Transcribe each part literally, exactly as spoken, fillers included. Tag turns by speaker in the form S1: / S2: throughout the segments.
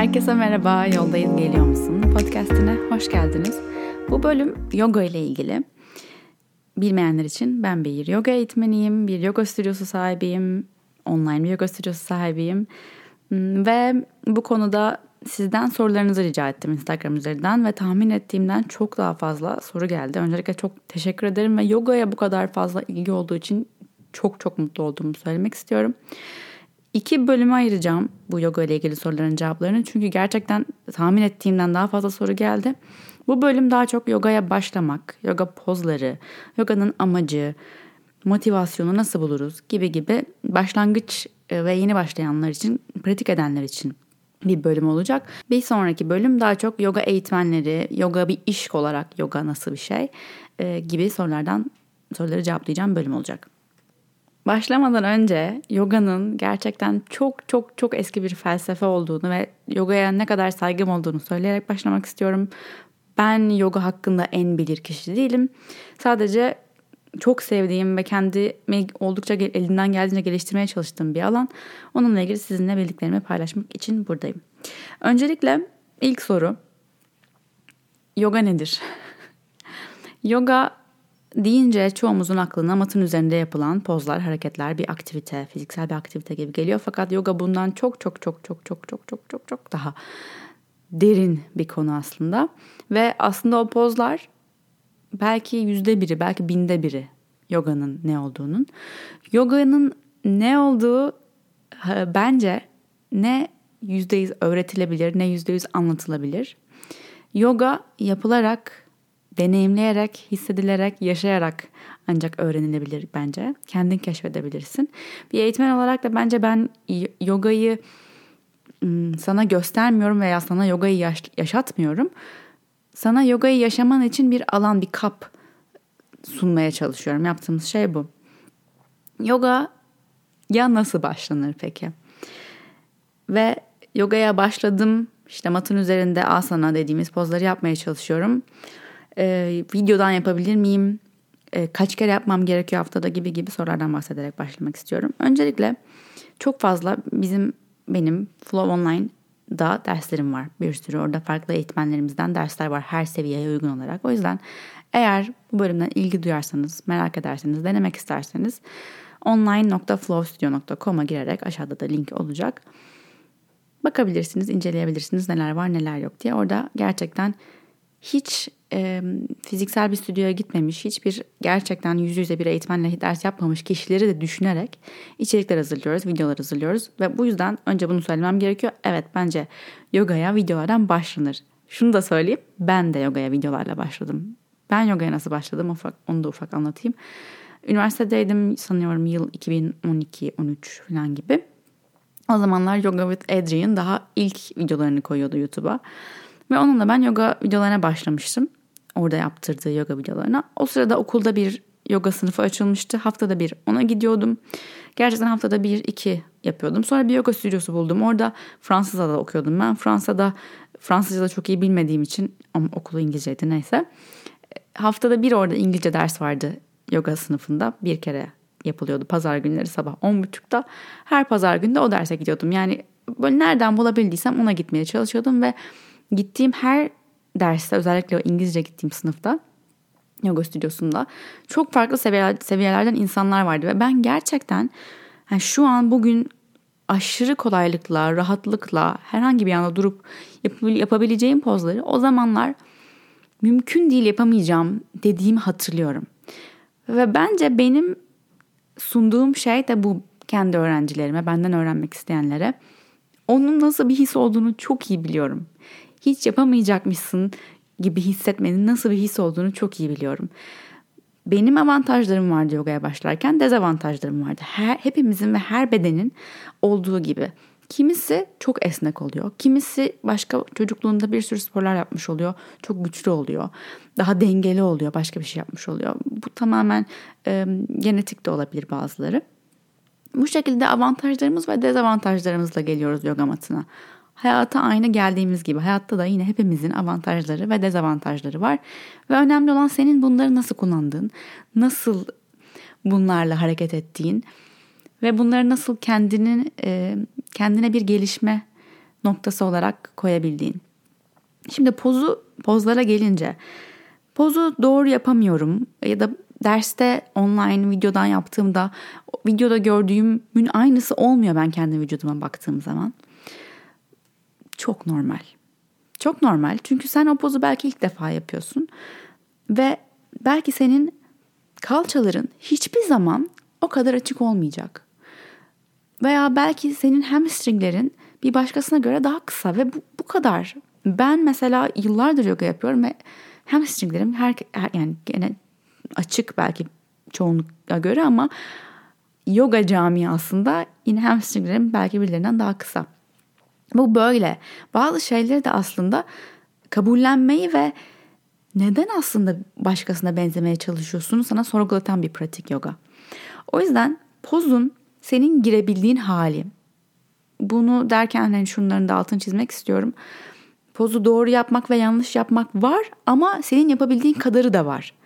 S1: Herkese merhaba, Yoldayız Geliyor Musun? Podcast'ine hoş geldiniz. Bu bölüm yoga ile ilgili. Bilmeyenler için ben bir yoga eğitmeniyim, bir yoga stüdyosu sahibiyim, online bir yoga stüdyosu sahibiyim. Ve bu konuda sizden sorularınızı rica ettim Instagram üzerinden ve tahmin ettiğimden çok daha fazla soru geldi. Öncelikle çok teşekkür ederim ve yogaya bu kadar fazla ilgi olduğu için çok çok mutlu olduğumu söylemek istiyorum. İki bölüme ayıracağım bu yoga ile ilgili soruların cevaplarını. Çünkü gerçekten tahmin ettiğimden daha fazla soru geldi. Bu bölüm daha çok yogaya başlamak, yoga pozları, yoganın amacı, motivasyonu nasıl buluruz gibi gibi başlangıç ve yeni başlayanlar için, pratik edenler için bir bölüm olacak. Bir sonraki bölüm daha çok yoga eğitmenleri, yoga bir iş olarak yoga nasıl bir şey gibi sorulardan soruları cevaplayacağım bölüm olacak. Başlamadan önce yoganın gerçekten çok çok çok eski bir felsefe olduğunu ve yogaya ne kadar saygım olduğunu söyleyerek başlamak istiyorum. Ben yoga hakkında en bilir kişi değilim. Sadece çok sevdiğim ve kendimi oldukça elinden geldiğince geliştirmeye çalıştığım bir alan. Onunla ilgili sizinle bildiklerimi paylaşmak için buradayım. Öncelikle ilk soru. Yoga nedir? Yoga deyince çoğumuzun aklına matın üzerinde yapılan pozlar, hareketler, bir aktivite, fiziksel bir aktivite gibi geliyor. Fakat yoga bundan çok çok çok çok çok çok çok çok çok daha derin bir konu aslında. Ve aslında o pozlar belki yüzde biri, belki binde biri yoganın ne olduğunun. Yoganın ne olduğu bence ne yüzde yüz öğretilebilir, ne yüzde yüz anlatılabilir. Yoga yapılarak, deneyimleyerek, hissedilerek, yaşayarak ancak öğrenilebilir bence. Kendin keşfedebilirsin. Bir eğitmen olarak da bence ben yogayı sana göstermiyorum veya sana yogayı yaş- yaşatmıyorum. Sana yogayı yaşaman için bir alan, bir kap sunmaya çalışıyorum. Yaptığımız şey bu. Yoga ya nasıl başlanır peki? Ve yogaya başladım. İşte matın üzerinde asana dediğimiz pozları yapmaya çalışıyorum. Ee, videodan yapabilir miyim? Ee, kaç kere yapmam gerekiyor haftada gibi gibi sorulardan bahsederek başlamak istiyorum. Öncelikle çok fazla bizim benim Flow Online'da derslerim var. Bir sürü orada farklı eğitmenlerimizden dersler var her seviyeye uygun olarak. O yüzden eğer bu bölümden ilgi duyarsanız, merak ederseniz, denemek isterseniz online nokta flow studio nokta com'a girerek aşağıda da link olacak. Bakabilirsiniz, inceleyebilirsiniz neler var neler yok diye. Orada gerçekten hiç e, fiziksel bir stüdyoya gitmemiş, hiçbir gerçekten yüz yüze bir eğitmenle ders yapmamış kişileri de düşünerek içerikler hazırlıyoruz, videolar hazırlıyoruz. Ve bu yüzden önce bunu söylemem gerekiyor. Evet, bence yogaya videolardan başlanır. Şunu da söyleyeyim, ben de yogaya videolarla başladım. Ben yogaya nasıl başladım ufak, onu da ufak anlatayım. Üniversitedeydim sanıyorum yıl iki bin on iki on üç falan gibi. O zamanlar Yoga with Adrian daha ilk videolarını koyuyordu YouTube'a. Ve onunla ben yoga videolarına başlamıştım. Orada yaptırdığı yoga videolarına. O sırada okulda bir yoga sınıfı açılmıştı. Haftada bir ona gidiyordum. Gerçekten haftada bir iki yapıyordum. Sonra bir yoga stüdyosu buldum. Orada Fransızca'da okuyordum ben. Fransa'da Fransızca'da çok iyi bilmediğim için ama okulu İngilizceydi neyse. Haftada bir orada İngilizce ders vardı yoga sınıfında. Bir kere yapılıyordu pazar günleri sabah on buçukta. Her pazar günde o derse gidiyordum. Yani böyle nereden bulabildiysem ona gitmeye çalışıyordum ve gittiğim her derste, özellikle o İngilizce gittiğim sınıfta, yoga stüdyosunda çok farklı seviyeler, seviyelerden insanlar vardı. Ve ben gerçekten yani şu an bugün aşırı kolaylıkla, rahatlıkla herhangi bir anda durup yapabileceğim pozları o zamanlar mümkün değil yapamayacağım dediğimi hatırlıyorum. Ve bence benim sunduğum şey de bu kendi öğrencilerime, benden öğrenmek isteyenlere. Onun nasıl bir his olduğunu çok iyi biliyorum. Hiç yapamayacakmışsın gibi hissetmenin nasıl bir his olduğunu çok iyi biliyorum. Benim avantajlarım vardı yogaya başlarken, dezavantajlarım vardı. Her, hepimizin ve her bedenin olduğu gibi. Kimisi çok esnek oluyor. Kimisi başka çocukluğunda bir sürü sporlar yapmış oluyor. Çok güçlü oluyor. Daha dengeli oluyor. Başka bir şey yapmış oluyor. Bu tamamen e, genetik de olabilir bazıları. Bu şekilde avantajlarımız ve dezavantajlarımızla geliyoruz yoga matına. Hayata aynı geldiğimiz gibi hayatta da yine hepimizin avantajları ve dezavantajları var. Ve önemli olan senin bunları nasıl kullandığın, nasıl bunlarla hareket ettiğin ve bunları nasıl kendini, kendine bir gelişme noktası olarak koyabildiğin. Şimdi pozu pozlara gelince pozu doğru yapamıyorum ya da derste online videodan yaptığımda videoda gördüğümün aynısı olmuyor ben kendi vücuduma baktığım zaman. Çok normal. Çok normal çünkü sen o pozu belki ilk defa yapıyorsun ve belki senin kalçaların hiçbir zaman o kadar açık olmayacak. Veya belki senin hamstringlerin bir başkasına göre daha kısa ve bu, bu kadar. Ben mesela yıllardır yoga yapıyorum ve hamstringlerim her, her yani gene açık belki çoğunluğa göre ama yoga camiasında yine hamstringlerim belki birilerinden daha kısa. Bu böyle. Bazı şeyleri de aslında kabullenmeyi ve neden aslında başkasına benzemeye çalışıyorsun sana sorgulatan bir pratik yoga. O yüzden pozun senin girebildiğin hali. Bunu derken hani şunların da altını çizmek istiyorum. Pozu doğru yapmak ve yanlış yapmak var ama senin yapabildiğin kadarı da var.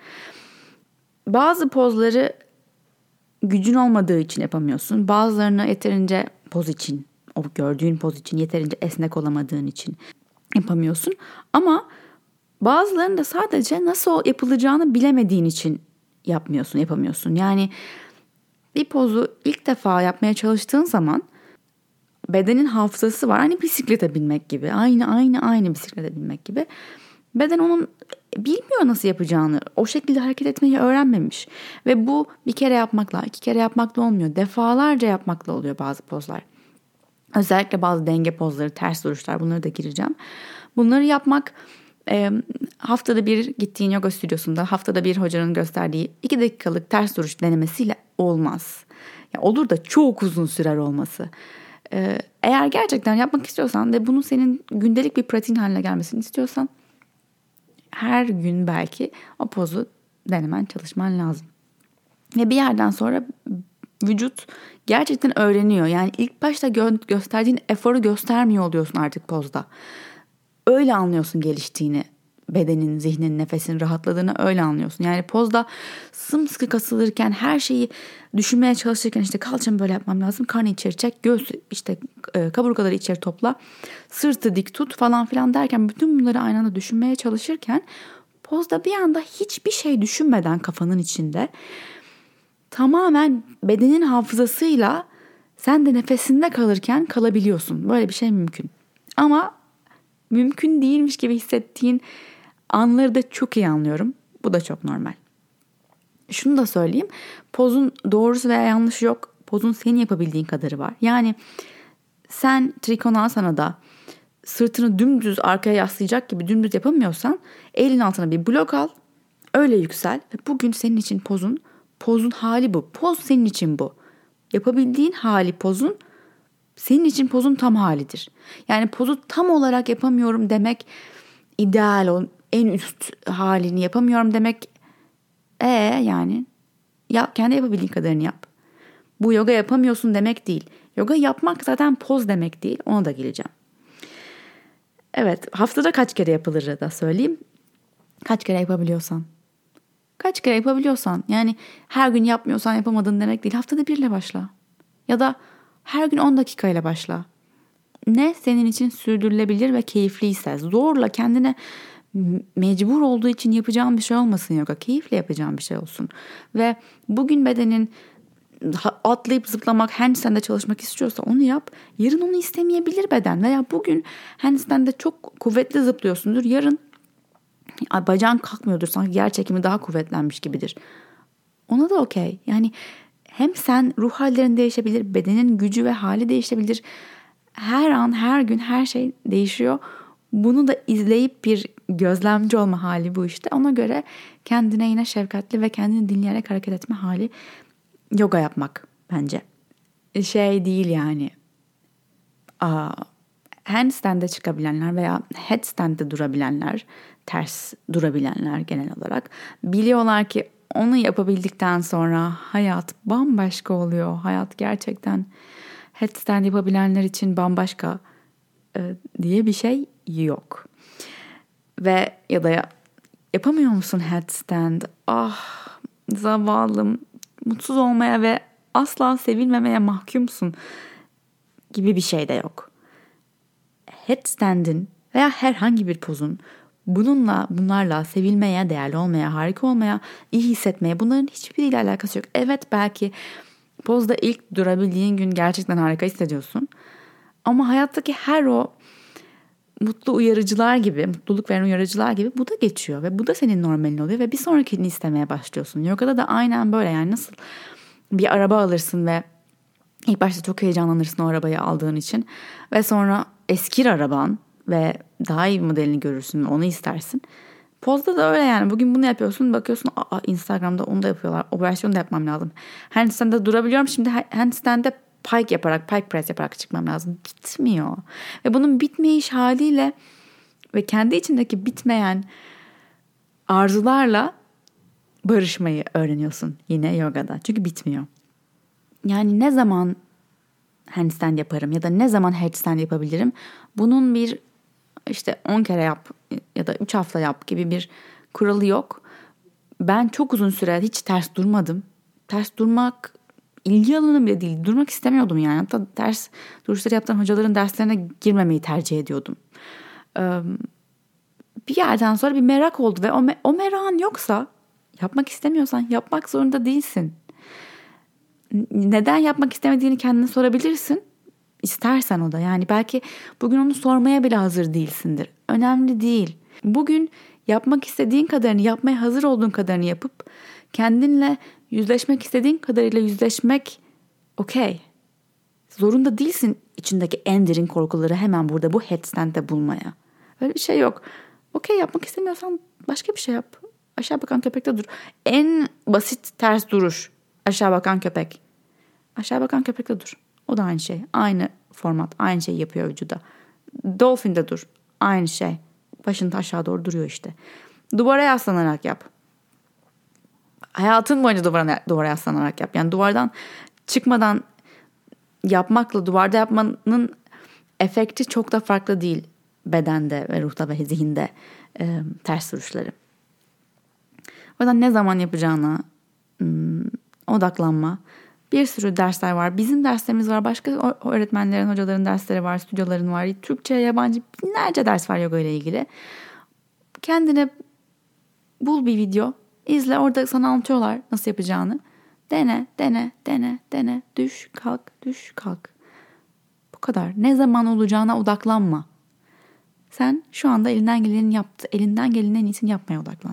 S1: Bazı pozları gücün olmadığı için yapamıyorsun. Bazılarını yeterince poz için, o gördüğün poz için yeterince esnek olamadığın için yapamıyorsun. Ama bazılarını da sadece nasıl yapılacağını bilemediğin için yapmıyorsun, yapamıyorsun. Yani bir pozu ilk defa yapmaya çalıştığın zaman bedenin hafızası var. Hani bisiklete binmek gibi. Aynı aynı aynı bisiklete binmek gibi. Beden onun bilmiyor nasıl yapacağını. O şekilde hareket etmeyi öğrenmemiş. Ve bu bir kere yapmakla, iki kere yapmakla olmuyor. Defalarca yapmakla oluyor bazı pozlar. Özellikle bazı denge pozları, ters duruşlar, bunları da gireceğim. Bunları yapmak e, haftada bir gittiğin yoga stüdyosunda haftada bir hocanın gösterdiği iki dakikalık ters duruş denemesiyle olmaz. Ya olur da çok uzun sürer olması. E, eğer gerçekten yapmak istiyorsan ve bunun senin gündelik bir pratiğin haline gelmesini istiyorsan her gün belki o pozu denemen, çalışman lazım. Ve bir yerden sonra vücut gerçekten öğreniyor. Yani ilk başta gö- gösterdiğin eforu göstermiyor oluyorsun artık pozda. Öyle anlıyorsun geliştiğini. Bedenin, zihnin, nefesin rahatladığını öyle anlıyorsun. Yani pozda sımsıkı kasılırken, her şeyi düşünmeye çalışırken işte kalçamı böyle yapmam lazım. Karnı içeri çek, göğüs işte kaburgaları içeri topla, sırtı dik tut falan filan derken bütün bunları aynı anda düşünmeye çalışırken pozda bir anda hiçbir şey düşünmeden kafanın içinde tamamen bedenin hafızasıyla sen de nefesinde kalırken kalabiliyorsun. Böyle bir şey mümkün. Ama mümkün değilmiş gibi hissettiğin anları da çok iyi anlıyorum. Bu da çok normal. Şunu da söyleyeyim. Pozun doğrusu veya yanlışı yok. Pozun senin yapabildiğin kadarı var. Yani sen Trikonasana'da sırtını dümdüz arkaya yaslayacak gibi dümdüz yapamıyorsan elin altına bir blok al. Öyle yüksel. Ve bugün senin için pozun, pozun hali bu. Poz senin için bu. Yapabildiğin hali pozun, senin için pozun tam halidir. Yani pozu tam olarak yapamıyorum demek ideal, en üst halini yapamıyorum demek ee yani ya kendi yapabildiğin kadarını yap. Bu yoga yapamıyorsun demek değil. Yoga yapmak zaten poz demek değil. Ona da geleceğim. Evet, haftada kaç kere yapılır da söyleyeyim. Kaç kere yapabiliyorsan. Kaç kere yapabiliyorsan. Yani her gün yapmıyorsan yapamadın demek değil. Haftada birle başla. Ya da her gün on dakikayla başla. Ne senin için sürdürülebilir ve keyifliyse, zorla kendine mecbur olduğu için yapacağın bir şey olmasın yoga. Keyifle yapacağın bir şey olsun. Ve bugün bedenin atlayıp zıplamak, handstand'de çalışmak istiyorsa onu yap. Yarın onu istemeyebilir beden. Veya bugün handstand'de çok kuvvetli zıplıyorsundur. Yarın bacağın kalkmıyordur. Sanki yer çekimi daha kuvvetlenmiş gibidir. Ona da okey. Yani hem sen ruh hallerin değişebilir, bedenin gücü ve hali değişebilir. Her an, her gün her şey değişiyor. Bunu da izleyip bir gözlemci olma hali bu işte. Ona göre kendine yine şefkatli ve kendini dinleyerek hareket etme hali yoga yapmak bence. Şey değil yani. Aa, handstand'de çıkabilenler veya headstand'de durabilenler, ters durabilenler genel olarak biliyorlar ki onu yapabildikten sonra hayat bambaşka oluyor. Hayat gerçekten headstand yapabilenler için bambaşka e, diye bir şey yok. Ve ya da yapamıyor musun headstand? Ah zavallım, mutsuz olmaya ve asla sevilmemeye mahkumsun gibi bir şey de yok. headstand'in veya herhangi bir pozun bununla, bunlarla sevilmeye, değerli olmaya, harika olmaya, iyi hissetmeye, bunların hiçbiriyle alakası yok. Evet, belki pozda ilk durabildiğin gün gerçekten harika hissediyorsun. Ama hayattaki her o mutlu uyarıcılar gibi, mutluluk veren uyarıcılar gibi bu da geçiyor ve bu da senin normalin oluyor ve bir sonrakini istemeye başlıyorsun. Yogada da aynen böyle, yani nasıl bir araba alırsın ve ilk başta çok heyecanlanırsın o arabayı aldığın için ve sonra eskir araban ve daha iyi bir modelini görürsün ve onu istersin. Pozda da öyle yani. Bugün bunu yapıyorsun, bakıyorsun aa, Instagram'da onu da yapıyorlar. O versiyonu da yapmam lazım. Handstand'de durabiliyorum. Şimdi handstand'de pike yaparak, pike press yaparak çıkmam lazım. Bitmiyor. Ve bunun bitmeyiş haliyle ve kendi içindeki bitmeyen arzularla barışmayı öğreniyorsun yine yogada. Çünkü bitmiyor. Yani ne zaman handstand yaparım ya da ne zaman headstand yapabilirim? Bunun bir işte on kere yap ya da üç hafta yap gibi bir kuralı yok. Ben çok uzun süre hiç ters durmadım. Ters durmak ilgi alanım bile değil. Durmak istemiyordum yani. Hatta ters duruşları yaptıran hocaların derslerine girmemeyi tercih ediyordum. Ee, bir yerden sonra bir merak oldu ve o, me- o merakın yoksa, yapmak istemiyorsan yapmak zorunda değilsin. Neden yapmak istemediğini kendine sorabilirsin. İstersen o da, yani belki bugün onu sormaya bile hazır değilsindir. Önemli değil. Bugün yapmak istediğin kadarını, yapmaya hazır olduğun kadarını yapıp kendinle yüzleşmek istediğin kadarıyla yüzleşmek okey. Zorunda değilsin içindeki en derin korkuları hemen burada bu headstand'de bulmaya. Öyle bir şey yok. Okey, yapmak istemiyorsan başka bir şey yap. Aşağı bakan köpekte dur. En basit ters duruş. Aşağı bakan köpek. Aşağı bakan köpekte dur. O da aynı şey. Aynı format. Aynı şeyi yapıyor vücuda. Dolphin'de dur. Aynı şey. Başın aşağı doğru duruyor işte. Duvara yaslanarak yap. Hayatın boyunca duvara, duvara yaslanarak yap. Yani duvardan çıkmadan yapmakla duvarda yapmanın efekti çok da farklı değil. Bedende ve ruhta ve zihinde e, ters duruşları. O yüzden ne zaman yapacağına hmm, odaklanma. Bir sürü dersler var. Bizim derslerimiz var. Başka öğretmenlerin, hocaların dersleri var. Stüdyoların var. Türkçe, yabancı binlerce ders var yoga ile ilgili. Kendine bul bir video. İzle. Orada sana anlatıyorlar nasıl yapacağını. Dene, dene, dene, dene. Düş, kalk, düş, kalk. Bu kadar. Ne zaman olacağına odaklanma. Sen şu anda elinden geleni yaptı. Elinden gelenin en iyisini yapmaya odaklan.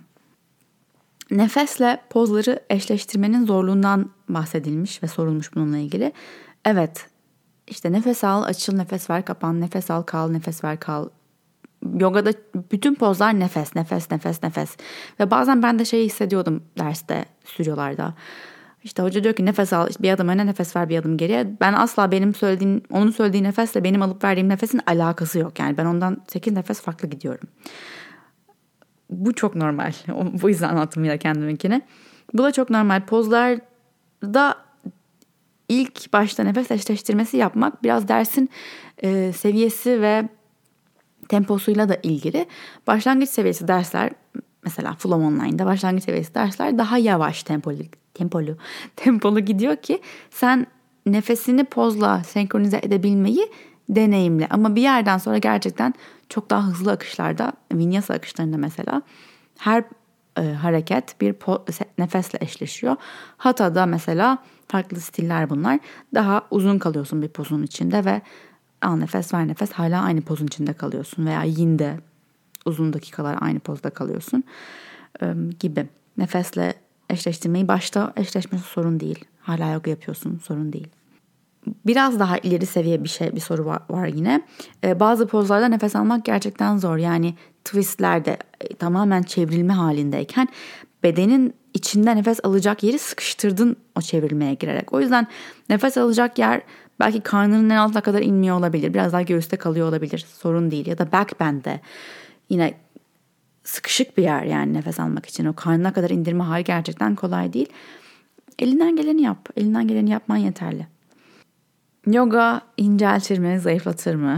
S1: Nefesle pozları eşleştirmenin zorluğundan bahsedilmiş ve sorulmuş bununla ilgili. Evet, işte nefes al, açıl, nefes ver, kapan, nefes al, kal, nefes ver, kal. Yogada bütün pozlar nefes, nefes, nefes, nefes. Ve bazen ben de şeyi hissediyordum derste, stüdyolarda. İşte hoca diyor ki nefes al, bir adım öne, nefes ver, bir adım geriye. Ben asla benim söylediğim, onun söylediği nefesle benim alıp verdiğim nefesin alakası yok. Yani ben ondan sekiz nefes farklı gidiyorum. Bu çok normal. Bu yüzden anlattım yine kendiminkini. Bu da çok normal. Pozlarda ilk başta nefes eşleştirmesi yapmak biraz dersin e, seviyesi ve temposuyla da ilgili. Başlangıç seviyesi dersler, mesela Flow Online'da başlangıç seviyesi dersler daha yavaş tempolu, tempolu, tempolu gidiyor ki sen nefesini pozla senkronize edebilmeyi deneyimle. Ama bir yerden sonra gerçekten çok daha hızlı akışlarda, vinyasa akışlarında mesela her e, hareket bir po- nefesle eşleşiyor. Hata'da mesela farklı stiller bunlar. Daha uzun kalıyorsun bir pozun içinde ve al nefes ver nefes hala aynı pozun içinde kalıyorsun. Veya yinde uzun dakikalar aynı pozda kalıyorsun e, gibi. Nefesle eşleştirmeyi başta eşleşmesi sorun değil. Hala yoga yapıyorsun, sorun değil. Biraz daha ileri seviye bir şey, bir soru var, var yine. Ee, bazı pozlarda nefes almak gerçekten zor. Yani twistlerde e, tamamen çevrilme halindeyken bedenin içinde nefes alacak yeri sıkıştırdın o çevrilmeye girerek. O yüzden nefes alacak yer belki karnının en altına kadar inmiyor olabilir. Biraz daha göğüste kalıyor olabilir. Sorun değil. Ya da backbend'de yine sıkışık bir yer yani nefes almak için. O karnına kadar indirme hali gerçekten kolay değil. Elinden geleni yap. Elinden geleni yapman yeterli. Yoga inceltir mi, zayıflatır mı?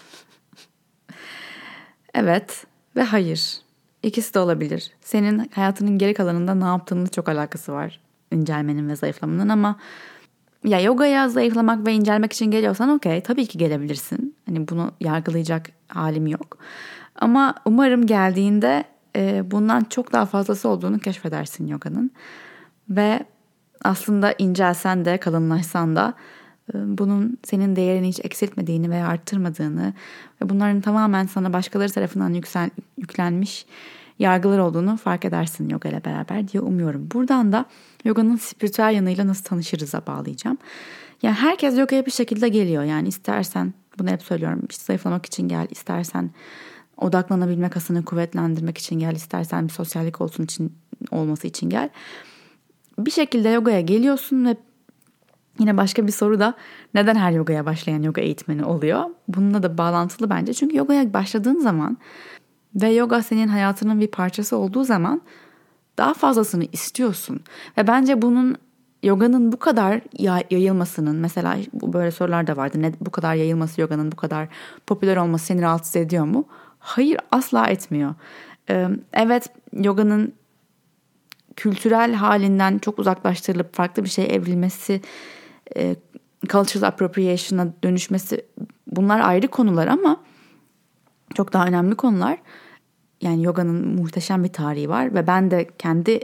S1: Evet ve hayır. İkisi de olabilir. Senin hayatının geri kalanında ne yaptığınla çok alakası var. İncelmenin ve zayıflamanın ama ya yogaya zayıflamak ve incelmek için geliyorsan okey, tabii ki gelebilirsin. Hani bunu yargılayacak halim yok. Ama umarım geldiğinde e, bundan çok daha fazlası olduğunu keşfedersin yoganın. Ve aslında incelsen de kalınlaşsan da e, bunun senin değerini hiç eksiltmediğini veya arttırmadığını ve bunların tamamen sana başkaları tarafından yüksel, yüklenmiş yargılar olduğunu fark edersin yoga ile beraber diye umuyorum. Buradan da yoganın spiritüel yanıyla nasıl tanışırız'a bağlayacağım. Yani herkes yogaya bir şekilde geliyor. Yani istersen, bunu hep söylüyorum, işte zayıflamak için gel, istersen odaklanabilme kasını kuvvetlendirmek için gel, istersen bir sosyallik olsun için olması için gel. Bir şekilde yogaya geliyorsun ve yine başka bir soru da neden her yogaya başlayan yoga eğitmeni oluyor? Bununla da bağlantılı bence. Çünkü yogaya başladığın zaman ve yoga senin hayatının bir parçası olduğu zaman daha fazlasını istiyorsun. Ve bence bunun, yoganın bu kadar yayılmasının, mesela böyle sorular da vardı. Ne, bu kadar yayılması, yoganın bu kadar popüler olması seni rahatsız ediyor mu? Hayır, asla etmiyor. Ee, evet, yoganın kültürel halinden çok uzaklaştırılıp farklı bir şeye evrilmesi, e, cultural appropriation'a dönüşmesi, bunlar ayrı konular ama çok daha önemli konular. Yani yoganın muhteşem bir tarihi var ve ben de kendi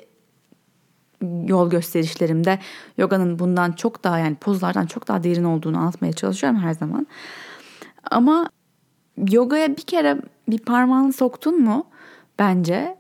S1: yol gösterişlerimde yoganın bundan çok daha, yani pozlardan çok daha derin olduğunu anlatmaya çalışıyorum her zaman. Ama yogaya bir kere bir parmağını soktun mu bence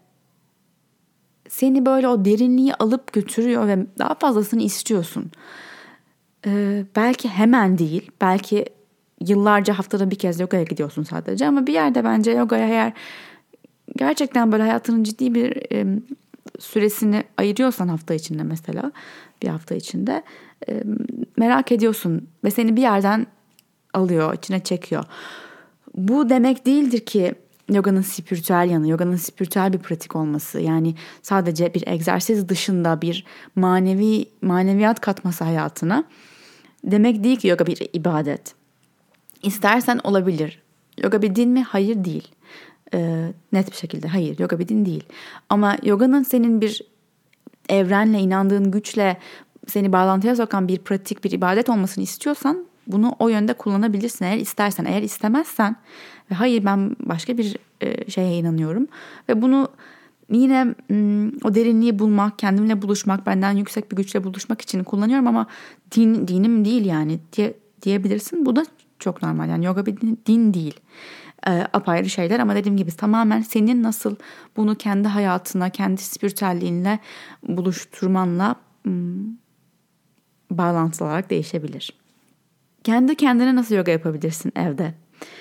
S1: seni böyle o derinliği alıp götürüyor ve daha fazlasını istiyorsun. Ee, belki hemen değil, belki yıllarca haftada bir kez yogaya gidiyorsun sadece, ama bir yerde bence yogaya eğer gerçekten böyle hayatının ciddi bir e, süresini ayırıyorsan, hafta içinde mesela, bir hafta içinde e, merak ediyorsun ve seni bir yerden alıyor, içine çekiyor. Bu demek değildir ki yoganın spiritüel yanı, yoganın spiritüel bir pratik olması, yani sadece bir egzersiz dışında bir manevi maneviyat katması hayatına demek değil ki yoga bir ibadet. İstersen olabilir. Yoga bir din mi? Hayır, değil. Ee, net bir şekilde hayır, yoga bir din değil. Ama yoganın senin bir evrenle, inandığın güçle seni bağlantıya sokan bir pratik, bir ibadet olmasını istiyorsan bunu o yönde kullanabilirsin eğer istersen. Eğer istemezsen ve hayır ben başka bir e, şeye inanıyorum ve bunu yine m, o derinliği bulmak, kendimle buluşmak, benden yüksek bir güçle buluşmak için kullanıyorum ama din dinim değil yani diye diyebilirsin. Bu da çok normal. Yani yoga bir din, din değil. E, apayrı şeyler ama dediğim gibi tamamen senin nasıl bunu kendi hayatına, kendi spiritüelliğinle buluşturmanla m, bağlantılı olarak değişebilir. Kendi kendine nasıl yoga yapabilirsin evde?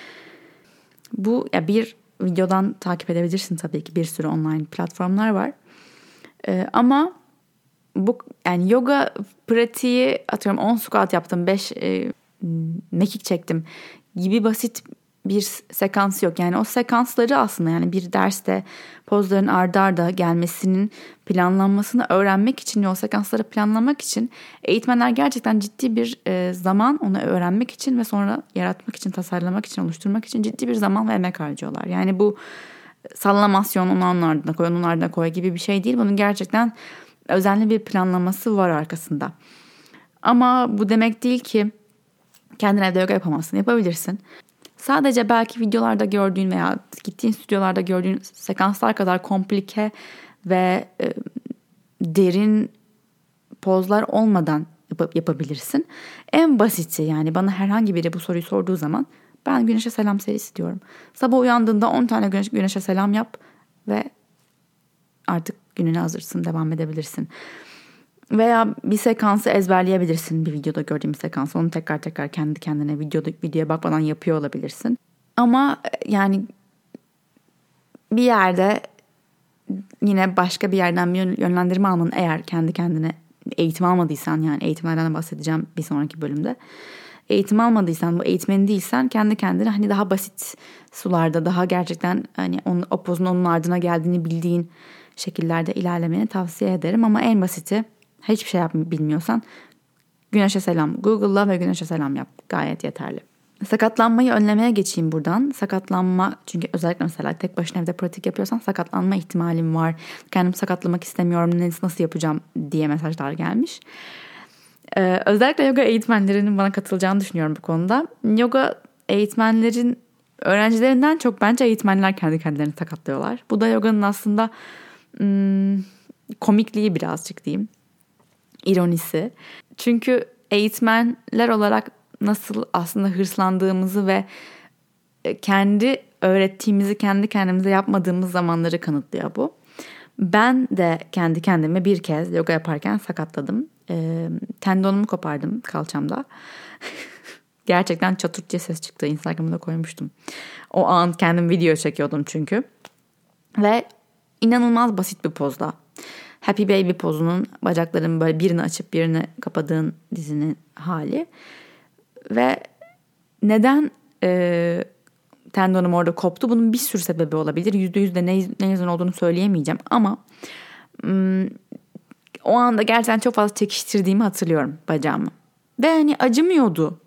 S1: Bu ya bir videodan takip edebilirsin tabii ki, bir sürü online platformlar var. Ee, ama bu yani yoga pratiği, atıyorum on squat yaptım, beş e, mekik çektim gibi basit bir sekans yok. Yani o sekansları aslında, yani bir derste pozların arda arda gelmesinin planlanmasını öğrenmek için, o sekansları planlamak için eğitmenler gerçekten ciddi bir e, zaman onu öğrenmek için ve sonra yaratmak için, tasarlamak için, oluşturmak için ciddi bir zaman ve emek harcıyorlar. Yani bu sallamasyon, onu onun ardına koy, onun ardına koy gibi bir şey değil. Bunun gerçekten özenli bir planlaması var arkasında. Ama bu demek değil ki kendin evde yoga yapamazsın. Yapabilirsin. Sadece belki videolarda gördüğün veya gittiğin stüdyolarda gördüğün sekanslar kadar komplike ve e, derin pozlar olmadan yap- yapabilirsin. En basiti, yani bana herhangi biri bu soruyu sorduğu zaman ben güneşe selam serisi diyorum. Sabah uyandığında on tane güneş, güneşe selam yap ve artık gününe hazırsın, devam edebilirsin. Veya bir sekansı ezberleyebilirsin, bir videoda gördüğüm bir sekansı. Onu tekrar tekrar kendi kendine videoda, videoya bakmadan yapıyor olabilirsin. Ama yani bir yerde yine başka bir yerden bir yönlendirme almanın, eğer kendi kendine eğitim almadıysan, yani eğitimlerden bahsedeceğim bir sonraki bölümde. Eğitim almadıysan, bu eğitmeni değilsen, kendi kendine hani daha basit sularda, daha gerçekten hani onun, o pozun onun ardına geldiğini bildiğin şekillerde ilerlemeni tavsiye ederim. Ama en basiti, hiçbir şey yapmayı bilmiyorsan güneşe selam Google'la ve güneşe selam yap. Gayet yeterli. Sakatlanmayı önlemeye geçeyim buradan. Sakatlanma, çünkü özellikle mesela tek başına evde pratik yapıyorsan sakatlanma ihtimalim var. Kendim sakatlamak istemiyorum, nasıl yapacağım diye mesajlar gelmiş. Ee, özellikle yoga eğitmenlerinin bana katılacağını düşünüyorum bu konuda. Yoga eğitmenlerin, öğrencilerinden çok bence eğitmenler kendi kendilerini sakatlıyorlar. Bu da yoganın aslında hmm, komikliği birazcık diyeyim. İronisi. Çünkü eğitmenler olarak nasıl aslında hırslandığımızı ve kendi öğrettiğimizi kendi kendimize yapmadığımız zamanları kanıtlıyor bu. Ben de kendi kendime bir kez yoga yaparken sakatladım. E, tendonumu kopardım kalçamda. Gerçekten çaturt diye ses çıktı. Instagram'da koymuştum. O an kendim video çekiyordum çünkü. Ve inanılmaz basit bir pozda. Happy Baby pozunun bacakların böyle birini açıp birini kapadığın dizinin hali. Ve neden e, tendonum orada koptu? Bunun bir sürü sebebi olabilir. Yüzde yüz de ne, ne yüzden olduğunu söyleyemeyeceğim. Ama m- o anda gerçekten çok fazla çekiştirdiğimi hatırlıyorum bacağımı. Ve hani acımıyordu.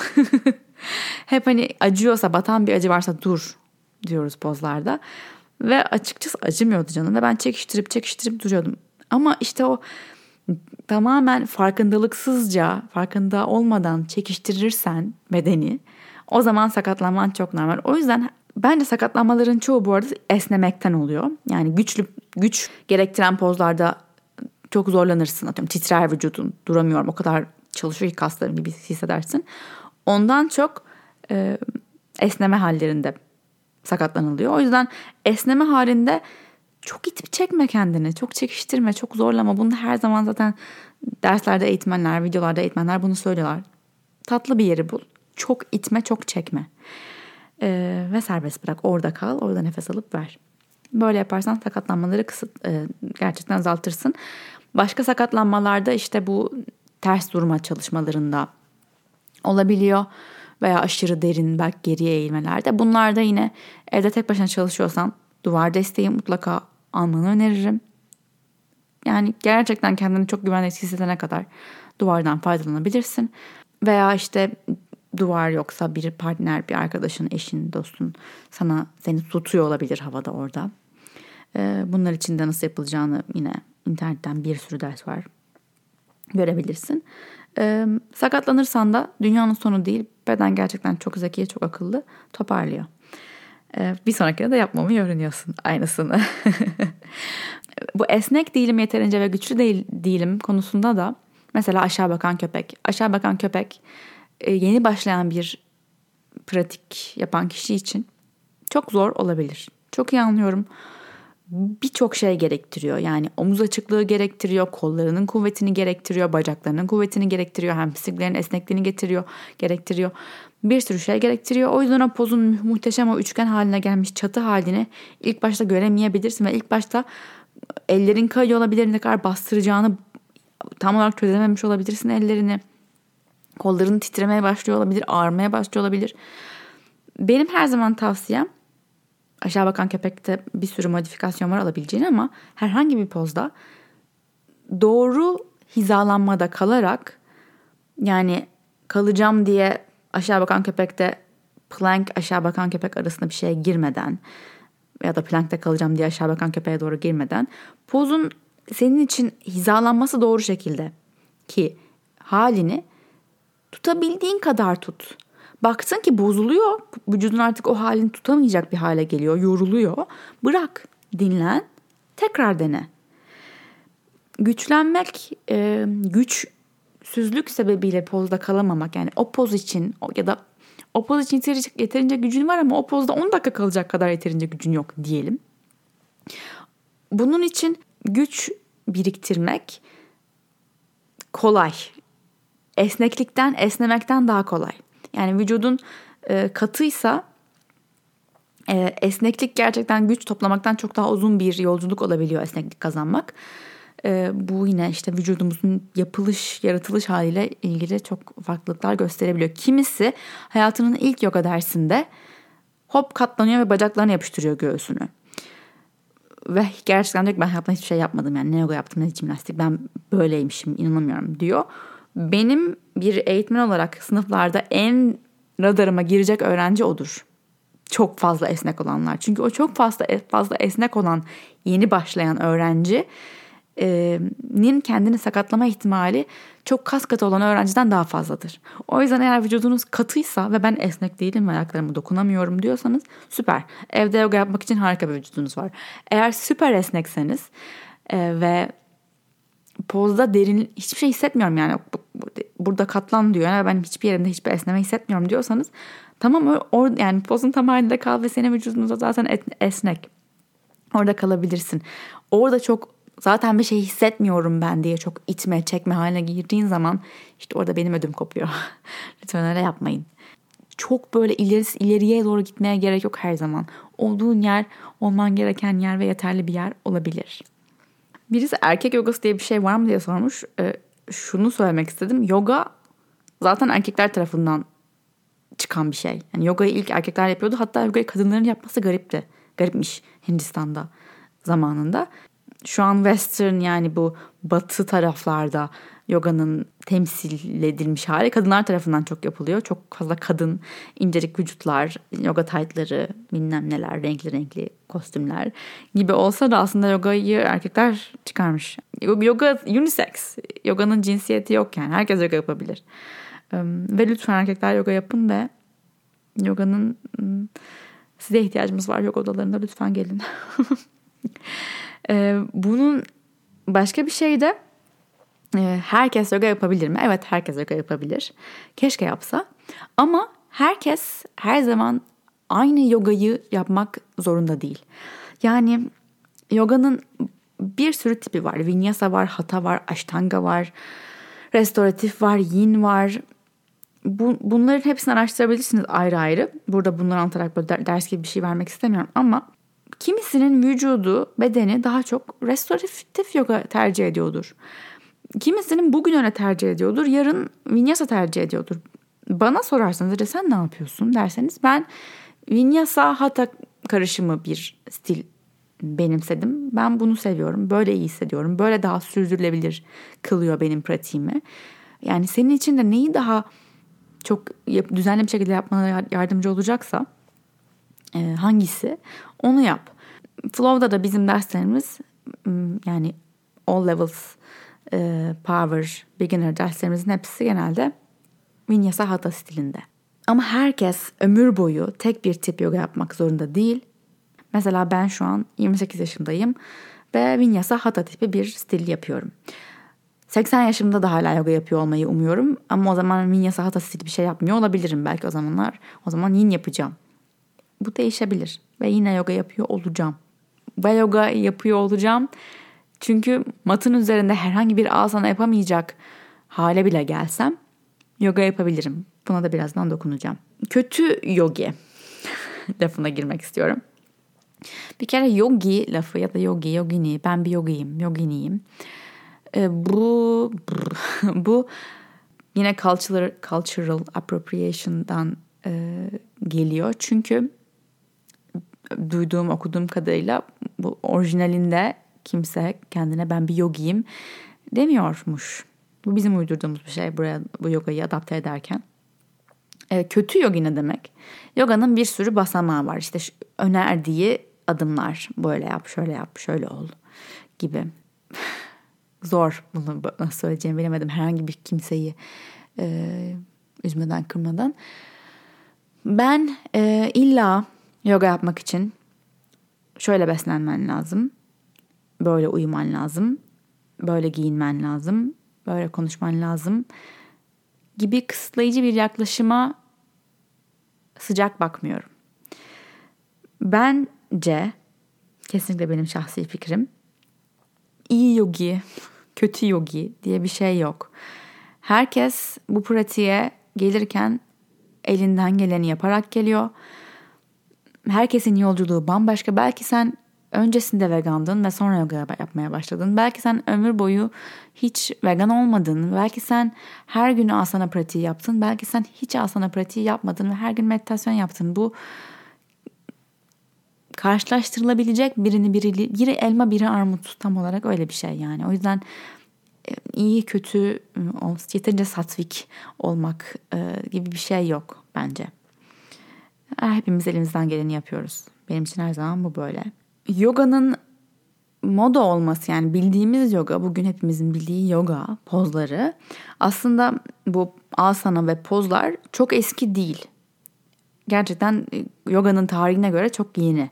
S1: Hep hani acıyorsa, batan bir acı varsa dur diyoruz pozlarda. Ve açıkçası acımıyordu canım. Ve ben çekiştirip çekiştirip duruyordum. Ama işte o tamamen farkındalıksızca, farkında olmadan çekiştirirsen bedeni, o zaman sakatlanman çok normal. O yüzden bence sakatlanmaların çoğu bu arada esnemekten oluyor. Yani güçlü güç gerektiren pozlarda çok zorlanırsın. Atıyorum titrer vücudun, duramıyorum, o kadar çalışıyor ki kaslarım gibi hissedersin. Ondan çok e, esneme hallerinde sakatlanılıyor. O yüzden esneme halinde çok itip çekme kendini. Çok çekiştirme, çok zorlama. Bunu her zaman zaten derslerde eğitmenler, videolarda eğitmenler bunu söylüyorlar. Tatlı bir yeri bul. Çok itme, çok çekme. Ee, ve serbest bırak. Orada kal, orada nefes alıp ver. Böyle yaparsan sakatlanmaları kısıt, e, gerçekten azaltırsın. Başka sakatlanmalarda işte bu ters durma çalışmalarında olabiliyor. Veya aşırı derin, belki geriye eğilmelerde. Bunlarda yine evde tek başına çalışıyorsan duvar desteği mutlaka almanı öneririm. Yani gerçekten kendini çok güvenli hissedene kadar duvardan faydalanabilirsin. Veya işte duvar yoksa bir partner, bir arkadaşın, eşin, dostun sana seni tutuyor olabilir havada orada. Bunlar için de nasıl yapılacağını yine internetten bir sürü ders var. Görebilirsin. Ee, sakatlanırsan da dünyanın sonu değil. Beden gerçekten çok zeki, çok akıllı, toparlıyor. Ee, bir sonrakinde de yapmamayı öğreniyorsun aynısını. Bu esnek değilim yeterince ve güçlü değil, değilim konusunda da mesela aşağı bakan köpek. Aşağı bakan köpek yeni başlayan bir pratik yapan kişi için çok zor olabilir. Çok iyi anlıyorum. Birçok şey gerektiriyor. Yani omuz açıklığı gerektiriyor, kollarının kuvvetini gerektiriyor, bacaklarının kuvvetini gerektiriyor, hamstringlerin esnekliğini getiriyor, gerektiriyor. Bir sürü şey gerektiriyor. O yüzden o pozun muhteşem o üçgen haline gelmiş çatı halini ilk başta göremeyebilirsin ve ilk başta ellerin kayıyor olabilir, ne kadar bastıracağını tam olarak çözememiş olabilirsin ellerini. Kolların titremeye başlıyor olabilir, ağrımaya başlıyor olabilir. Benim her zaman tavsiyem, aşağı bakan köpekte bir sürü modifikasyon var alabileceğin ama herhangi bir pozda doğru hizalanmada kalarak, yani kalacağım diye aşağı bakan köpekte plank aşağı bakan köpek arasında bir şeye girmeden ya da plankte kalacağım diye aşağı bakan köpeğe doğru girmeden pozun senin için hizalanması doğru şekilde ki halini tutabildiğin kadar tut. Baktın ki bozuluyor, vücudun artık o halini tutamayacak bir hale geliyor, yoruluyor. Bırak, dinlen, tekrar dene. Güçlenmek, e, güçsüzlük sebebiyle pozda kalamamak, yani o poz için ya da o poz için yeterince, yeterince gücün var ama o pozda on dakika kalacak kadar yeterince gücün yok diyelim. Bunun için güç biriktirmek kolay. Esneklikten, esnemekten daha kolay. Yani vücudun e, katıysa e, esneklik gerçekten güç toplamaktan çok daha uzun bir yolculuk olabiliyor, esneklik kazanmak. E, bu yine işte vücudumuzun yapılış, yaratılış haliyle ilgili çok farklılıklar gösterebiliyor. Kimisi hayatının ilk yoga dersinde hop katlanıyor ve bacaklarına yapıştırıyor göğsünü. Ve gerçekten diyor ki ben hayatımda hiçbir şey yapmadım, yani ne yoga yaptım ne jimnastik, ben böyleymişim, inanamıyorum diyor. Benim bir eğitmen olarak sınıflarda en radarıma girecek öğrenci odur. Çok fazla esnek olanlar. Çünkü o çok fazla fazla esnek olan yeni başlayan öğrenci nin kendini sakatlama ihtimali çok kas katı olan öğrenciden daha fazladır. O yüzden eğer vücudunuz katıysa ve ben esnek değilim ve ayaklarımı dokunamıyorum diyorsanız süper. Evde yoga yapmak için harika bir vücudunuz var. Eğer süper esnekseniz e, ve pozda derin hiçbir şey hissetmiyorum yani burada katlan diyor yani ben hiçbir yerimde hiçbir esneme hissetmiyorum diyorsanız tamam or, yani pozun tam halinde kal ve senin vücudunuz zaten esnek. Orada kalabilirsin. Orada çok zaten bir şey hissetmiyorum ben diye çok itme çekme haline girdiğin zaman işte orada benim ödüm kopuyor. Lütfen öyle yapmayın. Çok böyle ileri, ileriye doğru gitmeye gerek yok her zaman. Olduğun yer olman gereken yer ve yeterli bir yer olabilir. Birisi erkek yogası diye bir şey var mı diye sormuş. Ee, şunu söylemek istedim. Yoga zaten erkekler tarafından çıkan bir şey. Yani yogayı ilk erkekler yapıyordu. Hatta yogayı kadınların yapması garipti. Garipmiş Hindistan'da zamanında. Şu an Western yani bu batı taraflarda yoganın temsil edilmiş hali kadınlar tarafından çok yapılıyor. Çok fazla kadın, incecik vücutlar, yoga taytları, bilmem neler, renkli renkli kostümler gibi olsa da aslında yogayı erkekler çıkarmış. Yoga unisex, yoganın cinsiyeti yok yani herkes yoga yapabilir. Ve lütfen erkekler yoga yapın ve yoganın size ihtiyacımız var yoga odalarında lütfen gelin. Bunun başka bir şey de herkes yoga yapabilir mi? Evet herkes yoga yapabilir. Keşke yapsa. Ama herkes her zaman aynı yogayı yapmak zorunda değil. Yani yoganın bir sürü tipi var. Vinyasa var, hatha var, ashtanga var, restoratif var, yin var. Bu, bunların hepsini araştırabilirsiniz ayrı ayrı. Burada bunları anlatarak böyle ders gibi bir şey vermek istemiyorum ama kimisinin vücudu, bedeni daha çok restoratif yoga tercih ediyordur. Kimisinin bugün öyle tercih ediyordur, yarın vinyasa tercih ediyordur. Bana sorarsanız da sen ne yapıyorsun derseniz ben vinyasa hatha karışımı bir stil benimsedim. Ben bunu seviyorum, böyle iyi hissediyorum, böyle daha sürdürülebilir kılıyor benim pratiğimi. Yani senin için de neyi daha çok düzenli bir şekilde yapmana yardımcı olacaksa hangisi onu yap. Flow'da da bizim derslerimiz yani all levels power beginner derslerimizin hepsi genelde vinyasa hatha stilinde. Ama herkes ömür boyu tek bir tip yoga yapmak zorunda değil. Mesela ben şu an yirmi sekiz yaşındayım ve vinyasa hatha tipi bir stil yapıyorum. seksen yaşımda da hala yoga yapıyor olmayı umuyorum. Ama o zaman vinyasa hatha stili bir şey yapmıyor olabilirim. Belki o zamanlar o zaman yin yapacağım. Bu değişebilir ve yine yoga yapıyor olacağım. Ve yoga yapıyor olacağım. Çünkü matın üzerinde herhangi bir asana yapamayacak hale bile gelsem yoga yapabilirim. Buna da birazdan dokunacağım. Kötü yogi lafına girmek istiyorum. Bir kere yogi lafı ya da yogi, yogini, ben bir yogiyim, yoginiyim. E, bu bu yine cultural, cultural appropriation'dan e, geliyor. Çünkü duyduğum, okuduğum kadarıyla bu orijinalinde kimse kendine ben bir yogiyim demiyormuş. Bu bizim uydurduğumuz bir şey buraya bu yogayı adapte ederken. E, kötü yogi ne demek? Yoganın bir sürü basamağı var. İşte şu, önerdiği adımlar. Böyle yap, şöyle yap, şöyle ol gibi. Zor bunu nasıl söyleyeceğimi bilemedim. Herhangi bir kimseyi e, üzmeden, kırmadan. Ben e, illa yoga yapmak için şöyle beslenmen lazım. Böyle uyuman lazım. Böyle giyinmen lazım. Böyle konuşman lazım gibi kısıtlayıcı bir yaklaşıma sıcak bakmıyorum. Bence, kesinlikle benim şahsi fikrim, iyi yogi, kötü yogi diye bir şey yok. Herkes bu pratiğe gelirken elinden geleni yaparak geliyor. Herkesin yolculuğu bambaşka. Belki sen öncesinde vegandın ve sonra yoga yapmaya başladın. Belki sen ömür boyu hiç vegan olmadın. Belki sen her gün asana pratiği yaptın. Belki sen hiç asana pratiği yapmadın ve her gün meditasyon yaptın. Bu karşılaştırılabilecek birini biri, biri elma biri armut, tam olarak öyle bir şey yani. O yüzden iyi kötü yeterince satvik olmak gibi bir şey yok bence. Hepimiz elimizden geleni yapıyoruz. Benim için her zaman bu böyle. Yoga'nın moda olması, yani bildiğimiz yoga, bugün hepimizin bildiği yoga pozları aslında bu asana ve pozlar çok eski değil. Gerçekten yoganın tarihine göre çok yeni.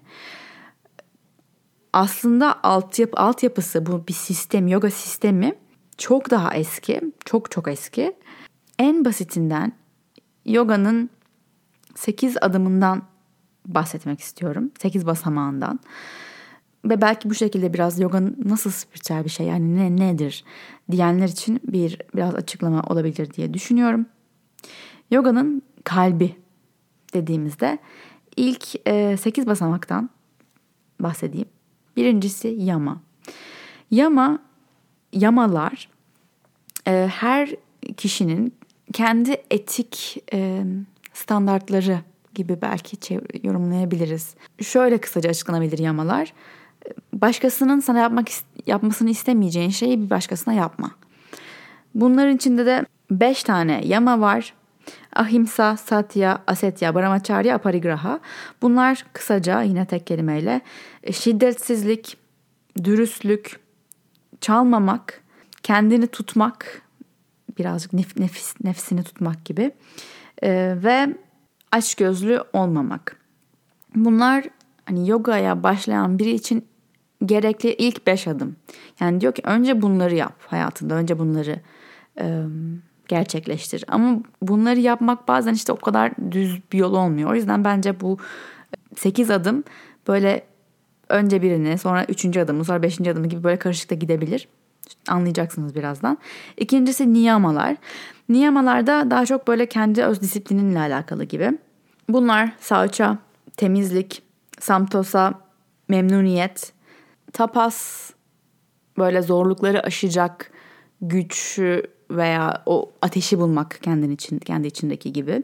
S1: Aslında altyapı, altyapısı bu bir sistem, yoga sistemi çok daha eski, çok çok eski. En basitinden yoganın sekiz adımından bahsetmek istiyorum. sekiz basamağından. Ve belki bu şekilde biraz yoganın nasıl spiritüel bir şey, yani ne nedir diyenler için bir biraz açıklama olabilir diye düşünüyorum. Yoganın kalbi dediğimizde ilk e, sekiz basamaktan bahsedeyim. Birincisi yama. Yama, yamalar e, her kişinin kendi etik e, standartları gibi belki çev- yorumlayabiliriz. Şöyle kısaca açıklanabilir yamalar. Başkasının sana yapmak yapmasını istemeyeceğin şeyi bir başkasına yapma. Bunların içinde de beş tane yama var. Ahimsa, Satya, Asetya, Brahmacharya, Aparigraha. Bunlar kısaca yine tek kelimeyle şiddetsizlik, dürüstlük, çalmamak, kendini tutmak, birazcık nef- nefis, nefsini tutmak gibi ee, ve açgözlü olmamak. Bunlar hani yogaya başlayan biri için gerekli ilk beş adım. Yani diyor ki önce bunları yap hayatında, önce bunları e, gerçekleştir. Ama bunları yapmak bazen işte o kadar düz bir yol olmuyor. O yüzden bence bu sekiz adım böyle önce birini, sonra üçüncü adımı, sonra beşinci adımı gibi böyle karışık da gidebilir. Anlayacaksınız birazdan. İkincisi niyamalar. Niyamalar da daha çok böyle kendi öz disiplininle alakalı gibi. Bunlar saucha, temizlik, samtosa, memnuniyet, tapas, böyle zorlukları aşacak güç veya o ateşi bulmak kendin için, kendi içindeki gibi.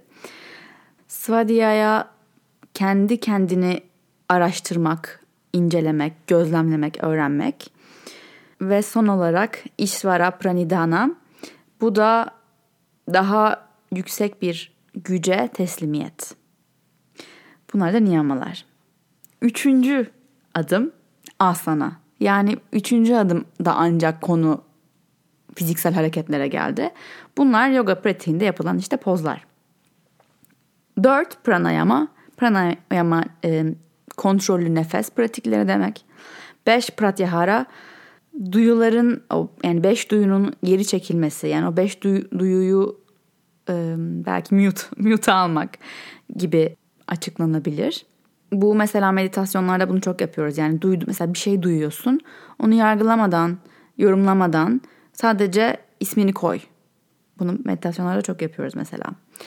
S1: Svadhyaya kendi kendini araştırmak, incelemek, gözlemlemek, öğrenmek. Ve son olarak Ishvara Pranidhana. Bu da daha yüksek bir güce teslimiyet. Bunlar da niyamalar. Üçüncü adım asana. Yani üçüncü adım da ancak konu fiziksel hareketlere geldi. Bunlar yoga pratiğinde yapılan işte pozlar. Dört pranayama. Pranayama e, kontrollü nefes pratikleri demek. Beş pratyahara. Duyuların, yani beş duyunun geri çekilmesi, yani o beş duy, duyuyu e, belki mute, mute almak gibi açıklanabilir. Bu mesela meditasyonlarda bunu çok yapıyoruz. Yani duydu, mesela bir şey duyuyorsun, onu yargılamadan, yorumlamadan sadece ismini koy. Bunu meditasyonlarda çok yapıyoruz mesela.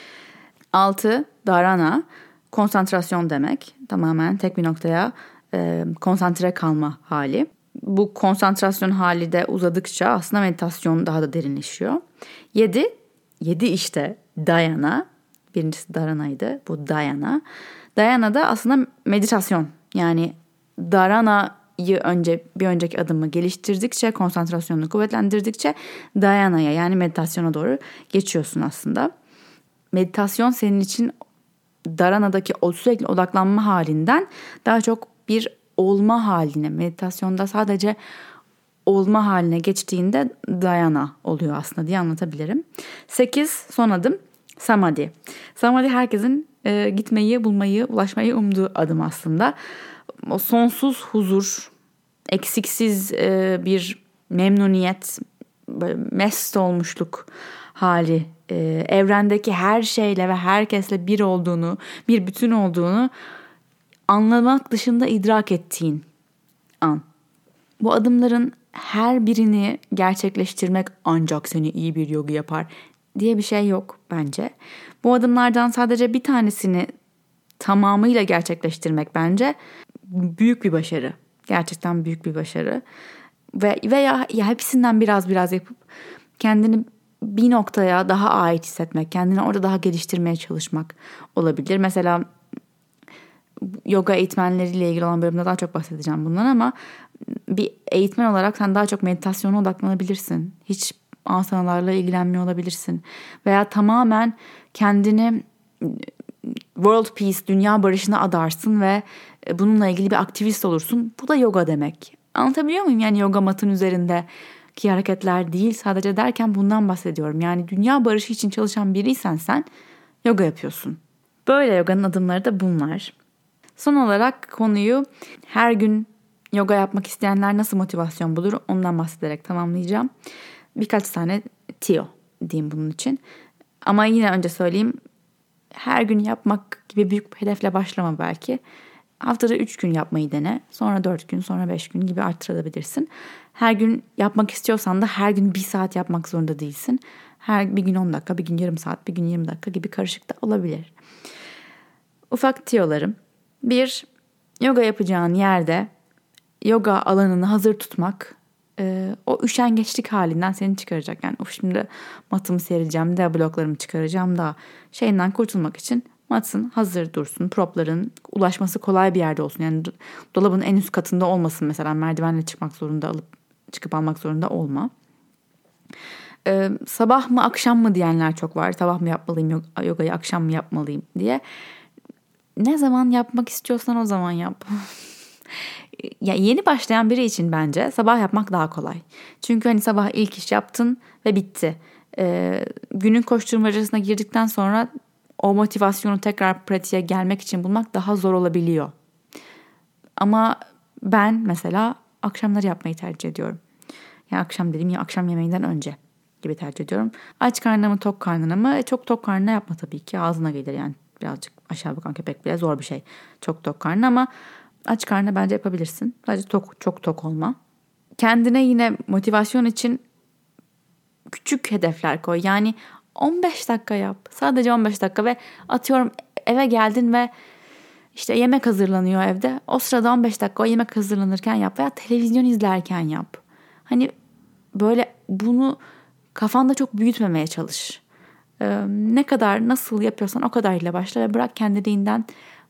S1: Altı, dharana, konsantrasyon demek. Tamamen tek bir noktaya e, konsantre kalma hali. Bu konsantrasyon hali de uzadıkça aslında meditasyon daha da derinleşiyor. Yedi, yedi işte dhyana. Birincisi dharanaydı, bu dhyana. Dhyana da aslında meditasyon. Yani dharanayı önce bir önceki adımı geliştirdikçe, konsantrasyonunu kuvvetlendirdikçe dhyanaya yani meditasyona doğru geçiyorsun aslında. Meditasyon senin için dharanadaki o sürekli odaklanma halinden daha çok bir olma haline, meditasyonda sadece olma haline geçtiğinde dhyana oluyor aslında diye anlatabilirim. Sekiz, son adım samadhi. Samadhi herkesin e, gitmeyi, bulmayı, ulaşmayı umduğu adım aslında. O sonsuz huzur, eksiksiz e, bir memnuniyet, mest olmuşluk hali, e, evrendeki her şeyle ve herkesle bir olduğunu, bir bütün olduğunu anlamak dışında idrak ettiğin an. Bu adımların her birini gerçekleştirmek ancak seni iyi bir yogi yapar diye bir şey yok bence. Bu adımlardan sadece bir tanesini tamamıyla gerçekleştirmek bence büyük bir başarı. Gerçekten büyük bir başarı. Ve veya ya hepsinden biraz biraz yapıp kendini bir noktaya daha ait hissetmek, kendini orada daha geliştirmeye çalışmak olabilir. Mesela yoga eğitmenleriyle ilgili olan bölümde daha çok bahsedeceğim bundan ama bir eğitmen olarak sen daha çok meditasyona odaklanabilirsin. Hiç asanalarla ilgilenmiyor olabilirsin. Veya tamamen kendini world peace, dünya barışına adarsın ve bununla ilgili bir aktivist olursun. Bu da yoga demek. Anlatabiliyor muyum? Yani yoga matın üzerindeki hareketler değil sadece derken bundan bahsediyorum. Yani dünya barışı için çalışan biriysen sen yoga yapıyorsun. Böyle yoganın adımları da bunlar. Son olarak konuyu her gün yoga yapmak isteyenler nasıl motivasyon bulur ondan bahsederek tamamlayacağım. Birkaç tane tiyo diyeyim bunun için. Ama yine önce söyleyeyim, her gün yapmak gibi büyük bir hedefle başlama belki. Haftada üç gün yapmayı dene. Sonra dört gün, sonra beş gün gibi arttırabilirsin. Her gün yapmak istiyorsan da her gün bir saat yapmak zorunda değilsin. Her bir gün on dakika, bir gün yarım saat, bir gün yirmi dakika gibi karışık da olabilir. Ufak tiyolarım. Bir, yoga yapacağın yerde yoga alanını hazır tutmak e, o üşengeçlik halinden seni çıkaracak. Yani of şimdi matımı sereceğim de bloklarımı çıkaracağım da şeyinden kurtulmak için matın hazır dursun. Propların ulaşması kolay bir yerde olsun. Yani dolabın en üst katında olmasın mesela, merdivenle çıkmak zorunda alıp çıkıp almak zorunda olma. Ee, sabah mı akşam mı diyenler çok var. Sabah mı yapmalıyım yogayı, akşam mı yapmalıyım diye. Ne zaman yapmak istiyorsan o zaman yap. Ya yeni başlayan biri için bence sabah yapmak daha kolay. Çünkü hani sabah ilk iş yaptın ve bitti. Ee, günün koşturmacasına girdikten sonra o motivasyonu tekrar pratiğe gelmek için bulmak daha zor olabiliyor. Ama ben mesela akşamları yapmayı tercih ediyorum. Ya akşam dediğim ya akşam yemeğinden önce gibi tercih ediyorum. Aç karnına mı tok karnına mı? E, çok tok karnına yapma tabii ki. Ağzına gelir yani, birazcık aşağı bakan köpek bile zor bir şey. Çok tok karnına ama aç karnına bence yapabilirsin. Sadece tok, çok tok olma. Kendine yine motivasyon için küçük hedefler koy. Yani on beş dakika yap. Sadece on beş dakika ve atıyorum eve geldin ve işte yemek hazırlanıyor evde. O sırada on beş dakika o yemek hazırlanırken yap veya televizyon izlerken yap. Hani böyle bunu kafanda çok büyütmemeye çalış. Ee, ne kadar nasıl yapıyorsan o kadarıyla başla ve bırak kendiliğinden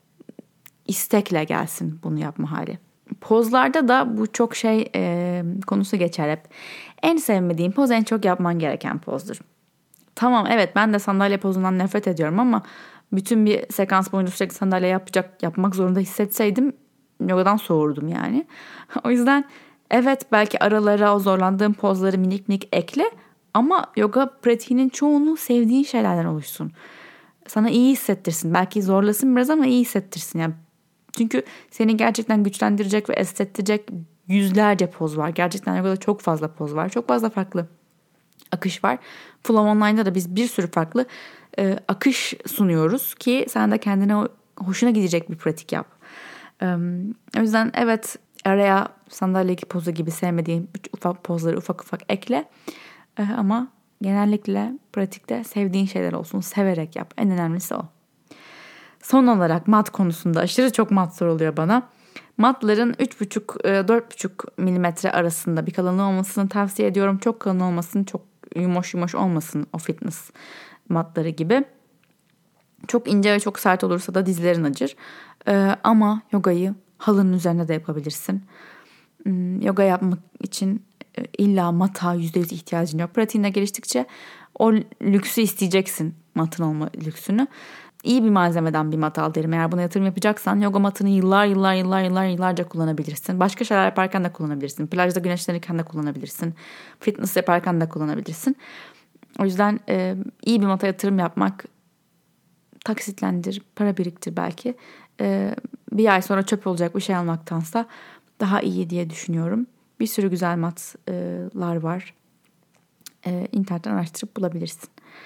S1: istekle gelsin bunu yapma hali. Pozlarda da bu çok şey e, konusu geçer hep. En sevmediğim poz en çok yapman gereken pozdur. Tamam, evet, ben de sandalye pozundan nefret ediyorum ama bütün bir sekans boyunca sürekli sandalye yapacak yapmak zorunda hissetseydim yogadan soğurdum yani. O yüzden evet, belki aralara o zorlandığım pozları minik minik ekle ama yoga pratiğinin çoğunu sevdiğin şeylerden oluşsun. Sana iyi hissettirsin. Belki zorlasın biraz ama iyi hissettirsin. Yani çünkü seni gerçekten güçlendirecek ve esnettirecek yüzlerce poz var. Gerçekten yogada çok fazla poz var. Çok fazla farklı akış var. Flow Online'da da biz bir sürü farklı e, akış sunuyoruz ki sen de kendine hoşuna gidecek bir pratik yap. E, o yüzden evet, araya sandalyedeki pozu gibi sevmediğin ufak pozları ufak ufak ekle. E, ama genellikle pratikte sevdiğin şeyler olsun. Severek yap. En önemlisi o. Son olarak mat konusunda aşırı çok mat soruluyor bana. Matların üç buçuk dört buçuk milimetre arasında bir kalınlığı olmasını tavsiye ediyorum. Çok kalın olmasın, çok yumuş yumuş olmasın o fitness matları gibi. Çok ince ve çok sert olursa da dizlerin acır. Ee, ama yogayı halının üzerinde de yapabilirsin. Hmm, yoga yapmak için illa mata yüzde yüz ihtiyacın yok. Pratiğinde geliştikçe o lüksü isteyeceksin, matın olma lüksünü. İyi bir malzemeden bir mat al derim. Eğer buna yatırım yapacaksan yoga matını yıllar yıllar yıllar yıllar yıllarca kullanabilirsin. Başka şeyler yaparken de kullanabilirsin. Plajda güneşlenirken de kullanabilirsin. Fitness yaparken de kullanabilirsin. O yüzden e, iyi bir mata yatırım yapmak, taksitlendir, para biriktir belki. E, bir ay sonra çöp olacak bir şey almaktansa daha iyi diye düşünüyorum. Bir sürü güzel matlar var. E, internetten araştırıp bulabilirsin.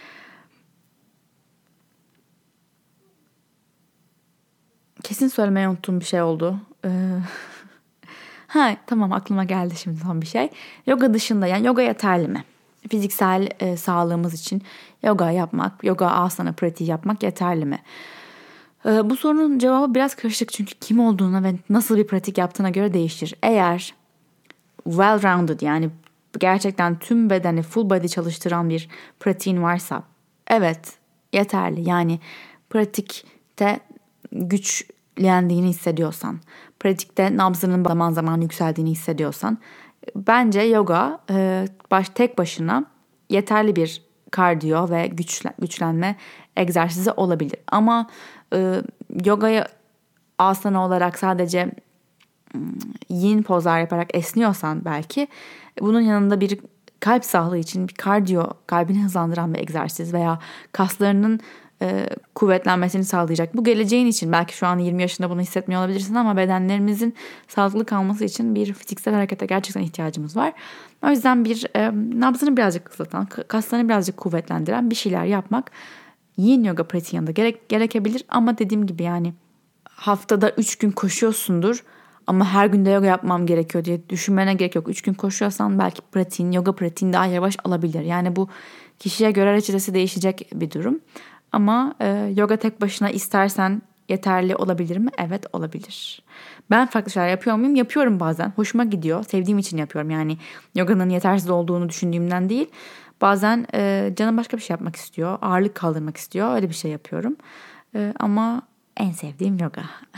S1: Kesin söylemeyi unuttuğum bir şey oldu. Ee, ha tamam, aklıma geldi şimdi son bir şey. Yoga dışında, yani yoga yeterli mi? Fiziksel e, sağlığımız için yoga yapmak, yoga asana pratiği yapmak yeterli mi? Ee, bu sorunun cevabı biraz karışık çünkü kim olduğuna ve nasıl bir pratik yaptığına göre değişir. Eğer well-rounded, yani gerçekten tüm bedeni full body çalıştıran bir pratiğin varsa evet yeterli. Yani pratikte güçlendiğini hissediyorsan, pratikte nabzının zaman zaman yükseldiğini hissediyorsan bence yoga e, baş tek başına yeterli bir kardiyo ve güçlen, güçlenme egzersizi olabilir. Ama e, yogayı asana olarak sadece yin pozlar yaparak esniyorsan belki bunun yanında bir kalp sağlığı için bir kardiyo, kalbini hızlandıran bir egzersiz veya kaslarının e, kuvvetlenmesini sağlayacak. Bu geleceğin için, belki şu an yirmi yaşında bunu hissetmiyor olabilirsin ama bedenlerimizin sağlıklı kalması için bir fiziksel harekete gerçekten ihtiyacımız var. O yüzden bir e, nabzını birazcık hızlatan, kaslarını birazcık kuvvetlendiren bir şeyler yapmak yin yoga pratiği yanında gerek, gerekebilir. Ama dediğim gibi yani haftada üç gün koşuyorsundur ama her gün de yoga yapmam gerekiyor diye düşünmene gerek yok. üç gün koşuyorsan belki pratiğin, yoga pratiğin daha yavaş alabilir. Yani bu kişiye göre reçetesi değişecek bir durum. Ama e, yoga tek başına istersen yeterli olabilir mi? Evet, olabilir. Ben farklı şeyler yapıyor muyum? Yapıyorum bazen. Hoşuma gidiyor. Sevdiğim için yapıyorum. Yani yoganın yetersiz olduğunu düşündüğümden değil. Bazen e, canım başka bir şey yapmak istiyor. Ağırlık kaldırmak istiyor. Öyle bir şey yapıyorum. E, ama en sevdiğim yoga.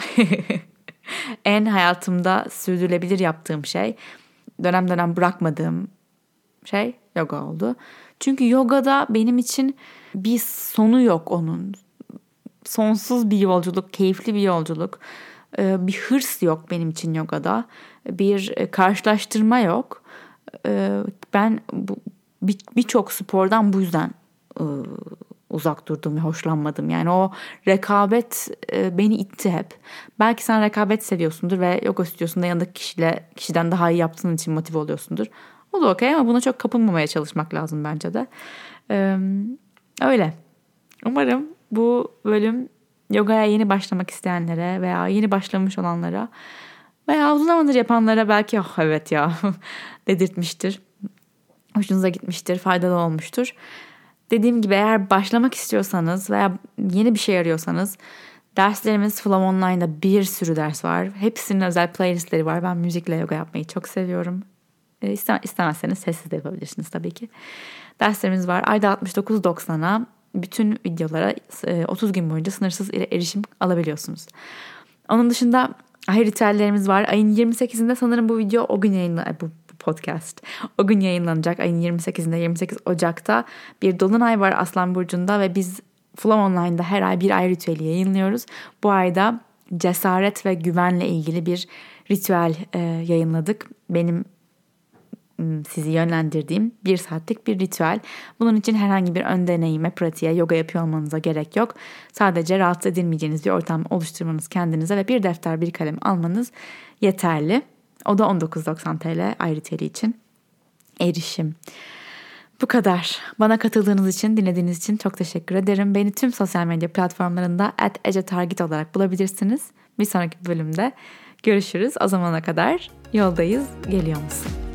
S1: En hayatımda sürdürülebilir yaptığım şey, dönem dönem bırakmadığım şey yoga oldu. Çünkü yogada benim için bir sonu yok onun. Sonsuz bir yolculuk, keyifli bir yolculuk. Bir hırs yok benim için yogada. Bir karşılaştırma yok. Ben birçok spordan bu yüzden uzak durdum ve hoşlanmadım. Yani o rekabet beni itti hep. Belki sen rekabet seviyorsundur ve yoga stüdyosunda yanındaki kişiyle, kişiden daha iyi yaptığın için motive oluyorsundur. O da okey ama buna çok kapılmamaya çalışmak lazım bence de. Ee, öyle. Umarım bu bölüm yogaya yeni başlamak isteyenlere veya yeni başlamış olanlara veya uzun zamandır yapanlara belki oh evet ya dedirtmiştir. Hoşunuza gitmiştir, faydalı olmuştur. Dediğim gibi eğer başlamak istiyorsanız veya yeni bir şey arıyorsanız derslerimiz Flow Online'da bir sürü ders var. Hepsinin özel playlistleri var. Ben müzikle yoga yapmayı çok seviyorum. E, istemezseniz sessiz de yapabilirsiniz tabii ki. Derslerimiz var. Ayda altmış dokuz doksana bütün videolara otuz gün boyunca sınırsız erişim alabiliyorsunuz. Onun dışında ay ritüellerimiz var. Ayın yirmi sekizinde sanırım bu video o gün yayınlanacak. Bu podcast. O gün yayınlanacak ayın yirmi sekizinde, yirmi sekiz Ocak'ta bir dolunay var Aslan Burcu'nda ve biz Flow Online'da her ay bir ay ritüeli yayınlıyoruz. Bu ayda cesaret ve güvenle ilgili bir ritüel e, yayınladık. Benim sizi yönlendirdiğim bir saatlik bir ritüel. Bunun için herhangi bir ön deneyime, pratiğe, yoga yapıyor olmanıza gerek yok. Sadece rahatsız edilmeyeceğiniz bir ortam oluşturmanız kendinize ve bir defter, bir kalem almanız yeterli. O da on dokuz doksan TL ay ritüeli için erişim. Bu kadar. Bana katıldığınız için, dinlediğiniz için çok teşekkür ederim. Beni tüm sosyal medya platformlarında at ecetargit olarak bulabilirsiniz. Bir sonraki bölümde görüşürüz. O zamana kadar yoldayız, geliyor musun?